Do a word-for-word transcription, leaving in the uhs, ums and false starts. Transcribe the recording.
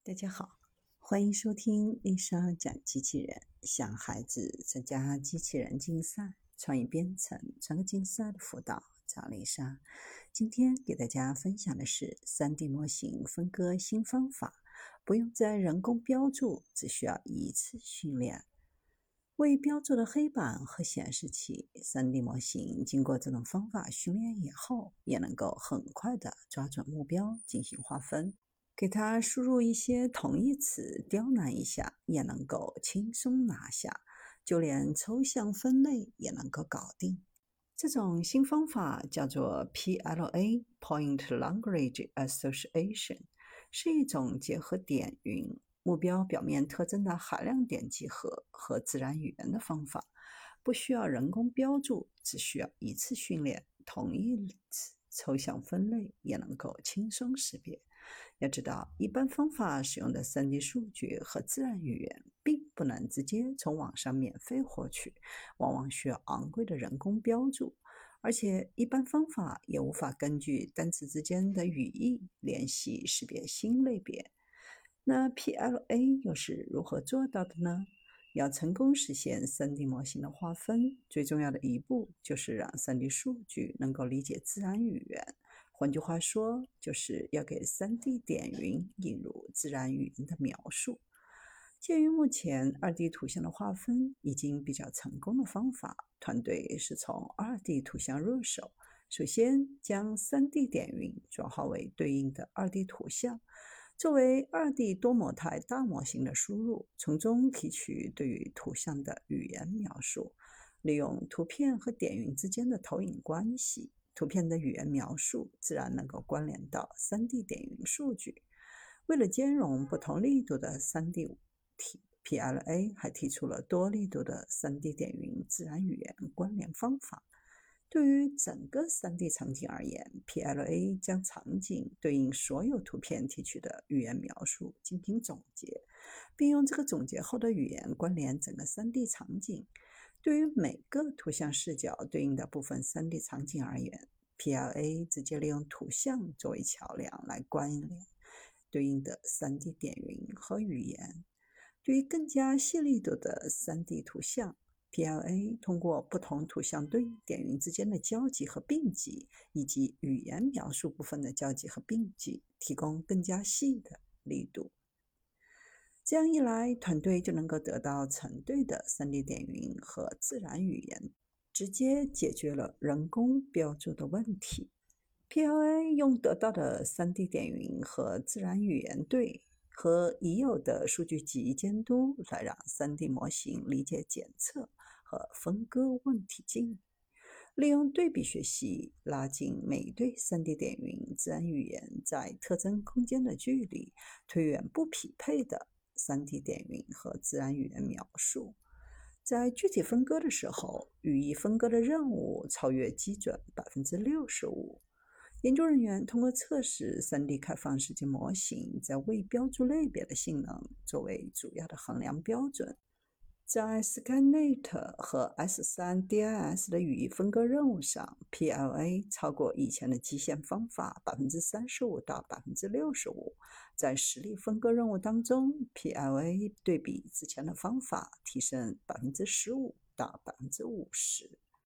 大家好，欢迎收听丽莎讲机器人，向孩子参加机器人竞赛、创意编程、创客竞赛的辅导，找丽莎。今天给大家分享的是 三 D 模型分割新方法，不用再人工标注，只需要一次训练。为标注的黑板和显示器， 三 D 模型经过这种方法训练以后，也能够很快地抓准目标进行划分。给它输入一些同义词，刁难一下也能够轻松拿下，就连抽象分类也能够搞定。这种新方法叫做 P L A Point Language Association， 是一种结合点云、目标表面特征的海量点集合和自然语言的方法，不需要人工标注，只需要一次训练，同义词、抽象分类也能够轻松识别。要知道，一般方法使用的 三 D 数据和自然语言并不能直接从网上免费获取，往往需要昂贵的人工标注，而且一般方法也无法根据单词之间的语义联系识别新类别。那 P L A 又是如何做到的呢？要成功实现 三 D 模型的划分，最重要的一步就是让 三 D 数据能够理解自然语言。换句话说，就是要给 三 D 点云引入自然语言的描述。鉴于目前 二 D 图像的划分已经比较成功的方法，团队是从 二 D 图像入手，首先将 三 D 点云转化为对应的 二 D 图像，作为 二 D 多模态大模型的输入，从中提取对于图像的语言描述，利用图片和点云之间的投影关系，图片的语言描述自然能够关联到 三 D 点云数据。为了兼容不同力度的 三 D P L A 还提出了多力度的 三 D 点云自然语言关联方法。对于整个 三 D 场景而言， P L A 将场景对应所有图片提取的语言描述进行总结，并用这个总结后的语言关联整个 三 D 场景。对于每个图像视角对应的部分 三 D 场景而言， P L A 直接利用图像作为桥梁来关联对应的 三 D 点云和语言。对于更加细力度的 三 D 图像， P L A 通过不同图像对应点云之间的交集和并集，以及语言描述部分的交集和并集，提供更加细的力度。这样一来，团队就能够得到成对的 三 D 点云和自然语言，直接解决了人工标注的问题。P L A 用得到的 三 D 点云和自然语言对和已有的数据集监督，来让 三 D 模型理解检测和分割问题进。利用对比学习拉近每对 三 D 点云自然语言在特征空间的距离，推远不匹配的 三 D 点云和自然语言描述。在具体分割的时候，语义分割的任务超越基准 百分之六十五。研究人员通过测试 三 D 开放世界模型在未标注类别的性能作为主要的衡量标准。在 SkyNet 和 S 三 D I S 的语义分割任务上， P L A 超过以前的基线方法 百分之三十五到百分之六十五。在实例分割任务当中， P L A 对比之前的方法提升 百分之十五到百分之五十。